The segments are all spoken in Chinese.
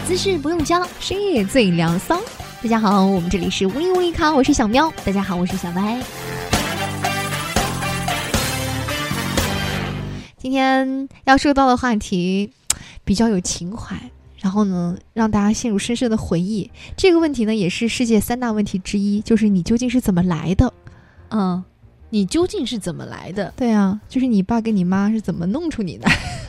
姿势不用教，深夜最凉骚。大家好，我们这里是无厘无厘咖，我是小喵。大家好，我是小白。今天要说到的话题比较有情怀，然后呢让大家陷入深深的回忆。这个问题呢也是世界3大问题之一，就是你究竟是怎么来的。 你究竟是怎么来的？ 对啊，就是你爸跟你妈是怎么弄出你的。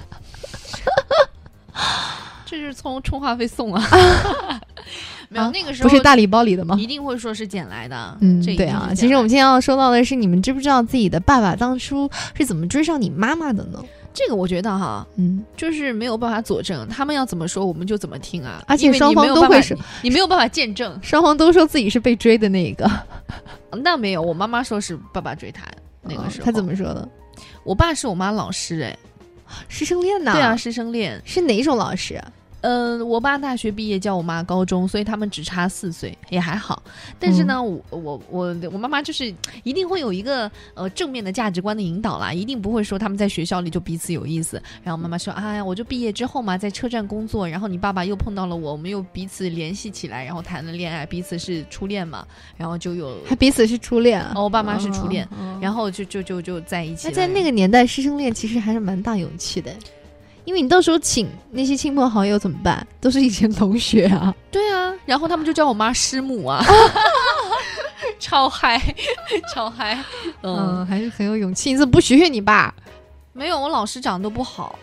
这是从充话费送啊。没有，那个时候不是大礼包里的吗？ 一定会说是捡来的。 对啊。其实我们今天要说到的是，你们知不知道自己的爸爸当初是怎么追上你妈妈的呢？ 这个我觉得哈，就是没有办法佐证，他们要怎么说我们就怎么听啊。 而且双方都会说， 你没有办法见证， 双方都说自己是被追的那一个。 那没有，我妈妈说是爸爸追她那个时候。 她怎么说的？ 我爸是我妈老师。 师生恋呐？ 对啊，师生恋。 是哪种老师？ 我爸大学毕业，教我妈高中，所以他们只差4岁，也还好。但是呢，我妈妈就是一定会有一个正面的价值观的引导啦，一定不会说他们在学校里就彼此有意思。然后妈妈说：“哎呀，我就毕业之后嘛，在车站工作，然后你爸爸又碰到了我们又彼此联系起来，然后谈了恋爱，彼此是初恋嘛，然后就有还彼此是初恋。 我爸妈是初恋，然后就在一起了。 那在那个年代，师生恋其实还是蛮大勇气的。”因为你到时候请那些亲朋好友怎么办？都是以前同学啊。 对啊，然后他们就叫我妈师母啊，超嗨，超嗨。 还是很有勇气。你怎么不学学你爸？ 没有，我老师长得都不好。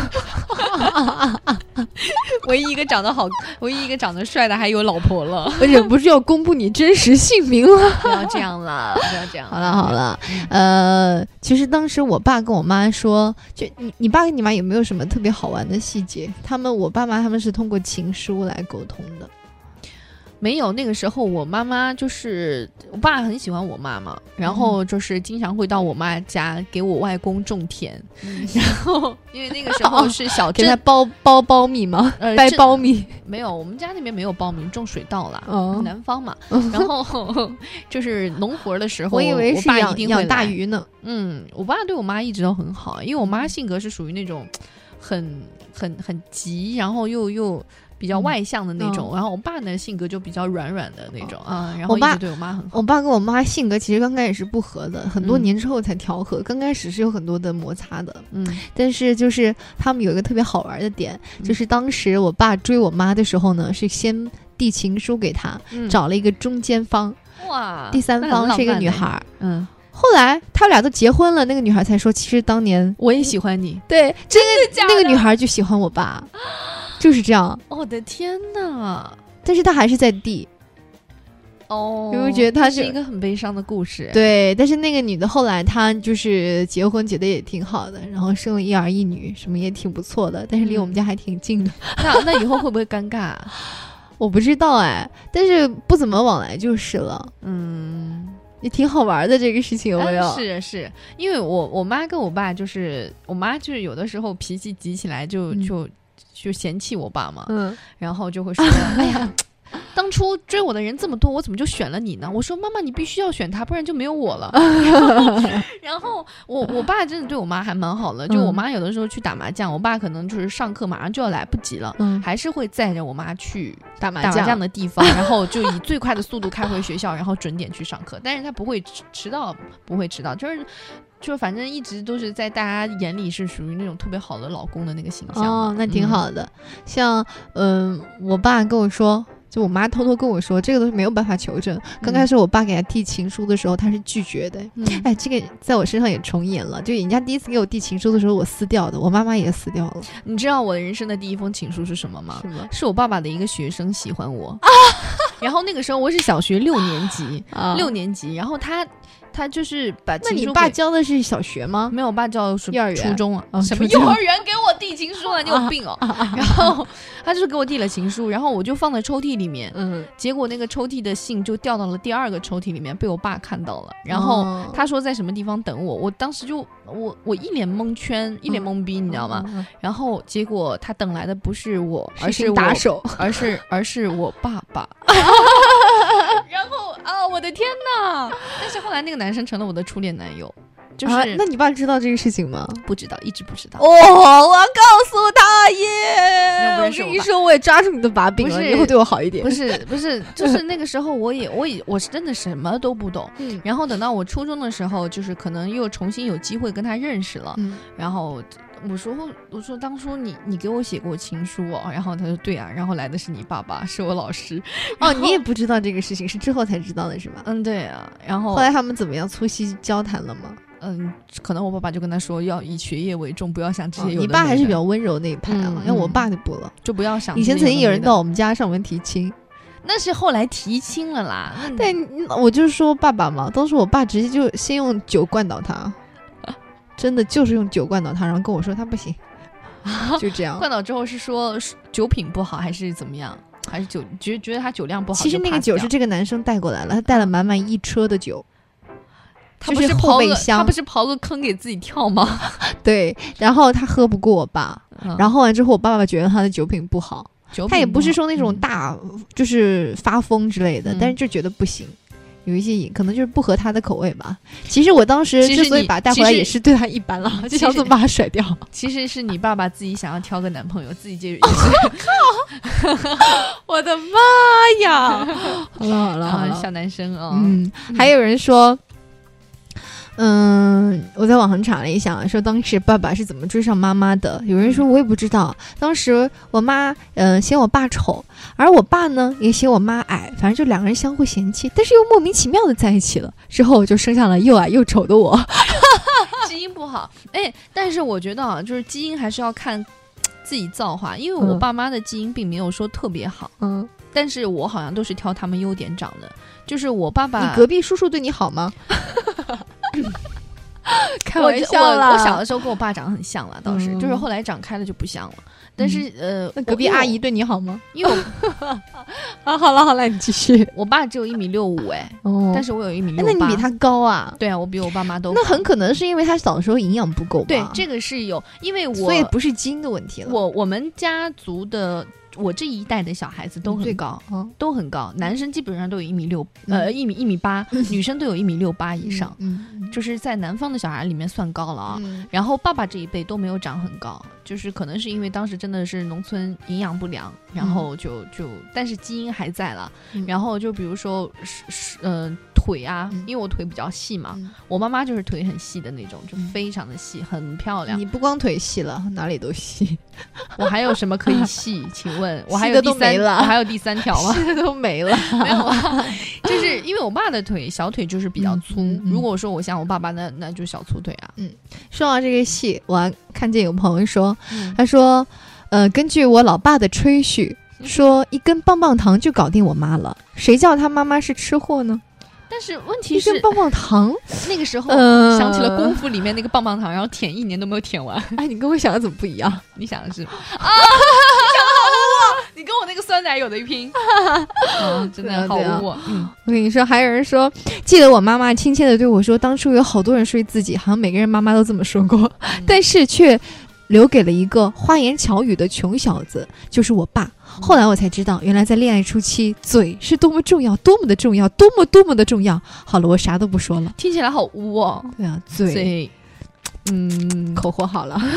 唯一一个长得帅的还有老婆了。 我忍不住要公布你真实姓名了。 不要这样了，不要这样。 好了，其实当时我爸跟我妈说，就你爸跟你妈有没有什么特别好玩的细节？我爸妈他们是通过情书来沟通的。 没有，那个时候我妈妈就是我爸很喜欢我妈妈，然后就是经常会到我妈家给我外公种田，然后因为那个时候是小镇， 给他包苞米吗？掰苞米？ 没有，我们家那边没有苞米，种水稻啦，南方嘛。然后就是农活的时候， 我以为是我爸一定会养大鱼呢。 我爸对我妈一直都很好，因为我妈性格是属于那种很急，然后又比较外向的那种，然后我爸呢性格就比较软的那种然后一直对我妈很好。 我爸跟我妈性格其实刚开始是不合的，很多年之后才调和，刚开始是有很多的摩擦的。但是就是他们有一个特别好玩的点，就是当时我爸追我妈的时候呢，是先递情书给她，找了一个中间方，第三方是一个女孩。后来他们俩都结婚了，那个女孩才说，其实当年我也喜欢你。 对， 真的假的？ 那个女孩就喜欢我爸。就是这样。 我的天哪！ 但是他还是在递。因为觉得他是一个很悲伤的故事。 对，但是那个女的后来她就是结婚结得也挺好的，然后生了1儿1女，什么也挺不错的，但是离我们家还挺近的。 那以后会不会尴尬？ 我不知道但是不怎么往来就是了。也挺好玩的这个事情，有没有？ 是，因为我妈跟我爸就是我妈就是有的时候脾气急起来就嫌弃我爸嘛，然后就会说哎呀，当初追我的人这么多，我怎么就选了你呢？我说妈妈，你必须要选他，不然就没有我了。然后我爸真的对我妈还蛮好的，就我妈有的时候去打麻将，我爸可能就是上课马上就要来不及了，还是会载着我妈去打麻将的地方，然后就以最快的速度开回学校，然后准点去上课。但是他不会迟到，就反正一直都是在大家眼里是属于那种特别好的老公的那个形象。 那挺好的。像我爸跟我说，就我妈偷偷跟我说，这个都是没有办法求证。刚开始我爸给他递情书的时候，他是拒绝的。这个在我身上也重演了。就人家第一次给我递情书的时候，我撕掉的，我妈妈也撕掉了。 你知道我人生的第一封情书是什么吗？是我爸爸的一个学生喜欢我。然后那个时候我是小学6年级，然后他就是把情书。 那你爸教的是小学吗？ 没有，我爸教的是幼儿园、 初中啊。什么幼儿园给我递情书啊？你有病哦！然后他就是给我递了情书，然后我就放在抽屉里面。结果那个抽屉的信就掉到了第2个抽屉里面，被我爸看到了。然后他说在什么地方等我，我当时就我一脸蒙圈，一脸懵逼，你知道吗？然后结果他等来的不是我，而是打手， 而是我爸爸。然后我的天哪！但是后来那个男生成了我的初恋男友。就是那你爸知道这个事情吗？ 不知道，一直不知道。 我要告诉他耶！ 是我跟你说，我也抓住你的把柄了，以后对我好一点。 不是，就是那个时候我是真的什么都不懂。然后等到我初中的时候，就是可能又重新有机会跟他认识了。然后我说当初你给我写过情书哦，然后他说对啊，然后来的是你爸爸，是我老师。 哦，你也不知道这个事情，是之后才知道的是吧？ 对啊。然后后来他们怎么样？促膝交谈了吗？ 可能我爸爸就跟他说要以学业为重，不要想这些有的没的。 你爸还是比较温柔那一派啊，要我爸就不了， 就不要想。 以前曾经有人到我们家上门提亲， 那是后来提亲了啦。 对，我就说爸爸嘛，当时我爸直接就先用酒灌倒他，真的就是用酒灌倒他，然后跟我说他不行，就这样。 灌倒之后是说酒品不好还是怎么样？还是觉得他酒量不好？ 其实那个酒是这个男生带过来了，他带了满满一车的酒。 他不是刨个坑给自己跳吗？ 对，然后他喝不过我爸，然后喝完之后我爸爸觉得他的酒品不好，他也不是说那种大就是发疯之类的，但是就觉得不行，有一些可能就是不合他的口味吧。其实我当时之所以把他带回来也是对他一般了，就想怎么把他甩掉。 其实是你爸爸自己想要挑个男朋友，自己就靠我的妈呀！好了， 小男生啊。 还有人说我在网上查了一下，说当时爸爸是怎么追上妈妈的。有人说我也不知道，当时我妈嫌我爸丑，而我爸呢也嫌我妈矮，反正就两个人相互嫌弃，但是又莫名其妙的在一起了。之后就生下了又矮又丑的我。 基因不好，但是我觉得啊，就是基因还是要看自己造化，因为我爸妈的基因并没有说特别好，但是我好像都是挑他们优点长的。就是我爸爸， 你隔壁叔叔对你好吗？开玩笑啦！ 我小的时候跟我爸长得很像了，倒是，就是后来长开了就不像了。但是那隔壁阿姨对你好吗？ 因为好了，你继续。 我爸只有1.65米，但是我有1.68米。 那你比他高啊？ 对啊，我比我爸妈都高。 那很可能是因为他小的时候营养不够吧？ 对，这个是有，因为所以不是基因的问题了。 我们家族的。我这一代的小孩子都很高，都很高，男生基本上都有1.8米，女生都有1.68米以上，就是在南方的小孩里面算高了啊。然后爸爸这一辈都没有长很高，就是可能是因为当时真的是农村营养不良，然后但是基因还在了。然后就比如说腿啊，因为我腿比较细嘛，我妈妈就是腿很细的那种，就非常的细，很漂亮。 你不光腿细了，哪里都细。 我还有什么可以细？请问我还有第三条吗？ 细的都没了。 没有啊，就是因为我爸的小腿就是比较粗。如果说我像我爸爸，那就小粗腿啊。 说到这个细，我还看见有朋友说，他说，根据我老爸的吹嘘，说一根棒棒糖就搞定我妈了，谁叫他妈妈是吃货呢？ 但是问题是， 一根棒棒糖， 那个时候想起了功夫里面那个棒棒糖，然后舔1年都没有舔完。 哎，你跟我想的怎么不一样？ 你想的是啊，你想的好污，你跟我那个酸奶有的一拼。真的好污。 我跟你说，还有人说，记得我妈妈亲切的对我说，当初有好多人睡自己，好像每个人妈妈都这么说过，但是却留给了一个花言巧语的穷小子，就是我爸。后来我才知道，原来在恋爱初期，嘴是多么重要，多么的重要，多么的重要。好了，我啥都不说了。 听起来好污哦。 对啊，嘴，口活好了。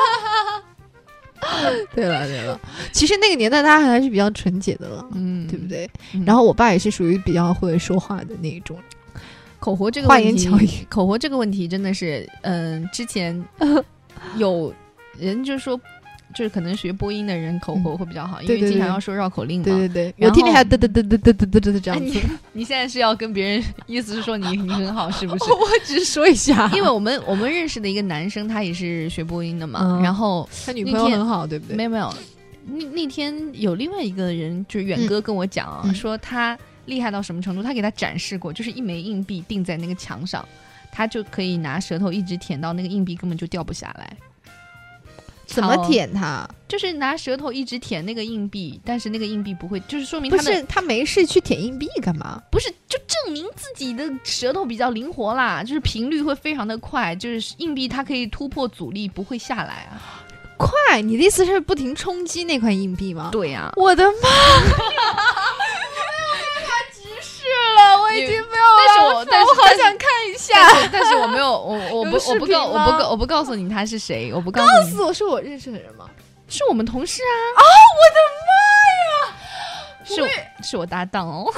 对了，其实那个年代大家还是比较纯洁的了，对不对？然后我爸也是属于比较会说话的那种。 口活这个花言巧语， 口活这个问题真的是，之前有人就说。就是可能学播音的人口活会比较好，因为经常要说绕口令嘛。 对，我听听还嘚这样子。 你现在是要跟别人，意思是说你很好是不是？ 我只是说一下， 因为我们认识的一个男生，他也是学播音的嘛，然后他女朋友很好，对不对？ 没有，那天有另外一个人，就是远哥跟我讲啊，说他厉害到什么程度，他给他展示过，就是1枚硬币钉在那个墙上，他就可以拿舌头一直舔到那个硬币根本就掉不下来。 怎么舔它？ 就是拿舌头一直舔那个硬币，但是那个硬币不会，就是说明他没事去舔硬币干嘛？ 不是，就证明自己的舌头比较灵活啦，就是频率会非常的快，就是硬币它可以突破阻力，不会下来啊。 快？你的意思是不停冲击那块硬币吗？ 对呀。 我的妈！我已经没有了，但是我好想看一下。 但是我没有，我不告诉你他是谁，我不告诉你。 告诉我是我认识的人吗？ 是我们同事啊！ 啊，我的妈呀！ 是我搭档哦。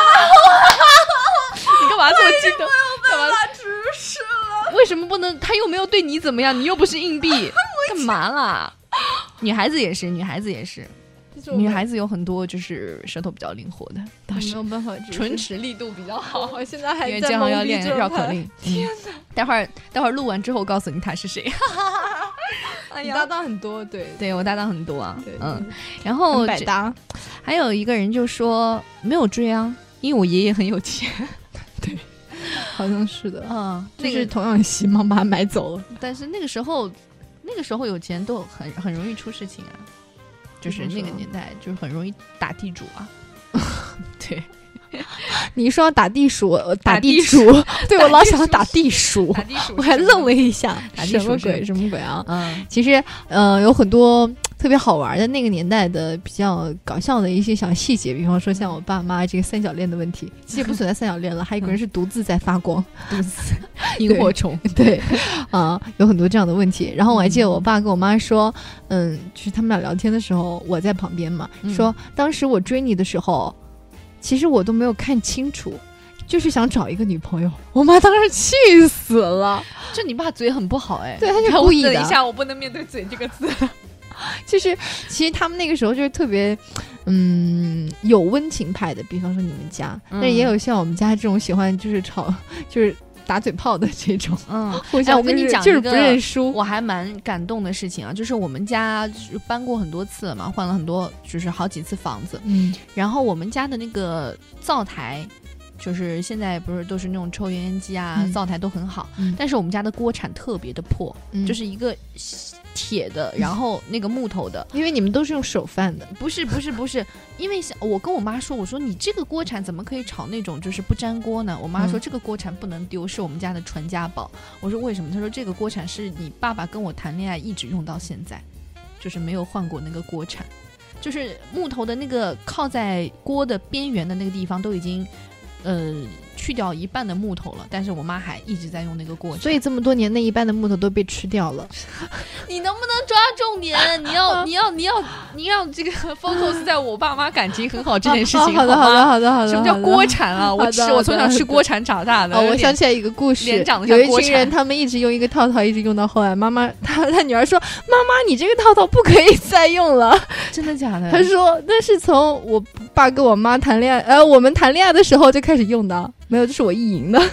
你干嘛这么激动？ 干嘛直视了？ 为什么不能？他又没有对你怎么样，你又不是硬币，干嘛啦？女孩子也是，女孩子有很多就是舌头比较灵活的， 倒是没有办法，唇齿力度比较好。 我现在还因为正好要练绕口令。 天哪！ 待会儿录完之后告诉你他是谁。 哎呀，搭档很多， 对我搭档很多啊，然后百搭。 还有一个人就说没有追啊，因为我爷爷很有钱。 对，好像是的， 就是同样希望把他买走了。 但是那个时候有钱都很容易出事情啊，就是那个年代就是很容易打地主啊。对， 你一说要打地鼠，对我老想要打地鼠，我还愣了一下，什么鬼啊？其实有很多特别好玩的那个年代的比较搞笑的一些小细节，比方说像我爸妈这个三角恋的问题，其实不存在三角恋了，还有一个人是独自在发光， 独自萤火虫， 对有很多这样的问题。然后我还记得我爸跟我妈说，就是他们俩聊天的时候，我在旁边嘛，说当时我追你的时候，其实我都没有看清楚，就是想找一个女朋友。我妈当时气死了， 就你爸嘴很不好对，他是故意的。 等一下，我不能面对嘴这个字。 就是其实他们那个时候就是特别有温情派的，比方说你们家，但是也有像我们家这种喜欢就是就是打嘴炮的这种。我跟你讲就是不认输。 我还蛮感动的事情啊，就是我们家搬过很多次嘛，换了很多就是好几次房子。然后我们家的那个灶台，就是现在不是都是那种抽油烟机啊，灶台都很好，但是我们家的锅铲特别的破，就是一个铁的，然后那个木头的。 因为你们都是用手翻的。 不是，因为我跟我妈说，我说你这个锅铲怎么可以炒那种就是不粘锅呢？我妈说这个锅铲不能丢，是我们家的传家宝。我说为什么？她说这个锅铲是你爸爸跟我谈恋爱一直用到现在，就是没有换过那个锅铲，就是木头的那个靠在锅的边缘的那个地方都已经去掉一半的木头了，但是我妈还一直在用那个锅铲， 所以这么多年那一半的木头都被吃掉了。 你能不能抓重点？你要这个 focus 在我爸妈感情很好这件事情。 好的。 什么叫锅铲啊？我从小吃锅铲长大的。 我想起来一个故事，有一群人他们一直用一个套套，一直用到后来，妈妈他女儿说：“妈妈，你这个套套不可以再用了。” 真的假的？ 他说那是从我爸跟我妈谈恋爱，我们谈恋爱的时候就开始用的。没有，这是我意淫的。好恶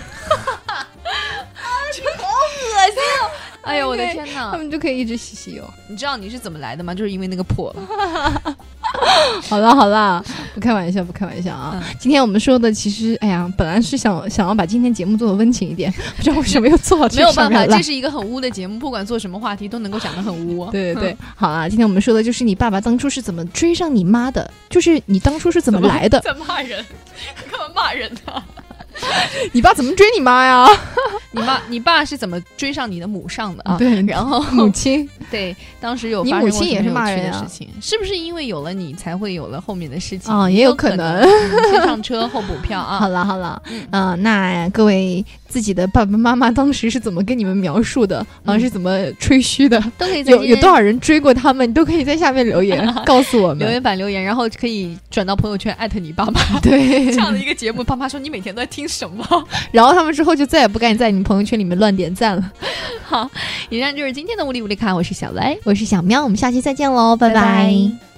心哦！哎呦，我的天哪！ 他们就可以一直洗用。 你知道你是怎么来的吗？就是因为那个破。 好了，不开玩笑啊！今天我们说的其实，本来是想要把今天节目做的温情一点，不知道为什么又做到这上面了。 没有办法，这是一个很污的节目，不管做什么话题都能够讲得很污。 对，好了，今天我们说的就是你爸爸当初是怎么追上你妈的，就是你当初是怎么来的。 在骂人？你干嘛骂人呢？ 你爸怎么追你妈呀？ 你爸是怎么追上你的母上的啊？ 对， 然后母亲， 对，当时有发生过你母亲也是骂人的事情，是不是因为有了你才会有了后面的事情啊？也有可能。 先上车后补票啊！ 好了，那各位自己的爸爸妈妈当时是怎么跟你们描述的是怎么吹嘘的？ 都可以在有多少人追过他们？你都可以在下面留言告诉我们， 留言板留言，然后可以转到朋友圈艾特你爸妈。 对， 这样的一个节目，爸妈说你每天都在听什么？ 然后他们之后就再也不敢在你朋友圈里面乱点赞了。 好，以上就是今天的无理无理卡，我是小雷， 我是小喵，我们下期再见喽，拜拜。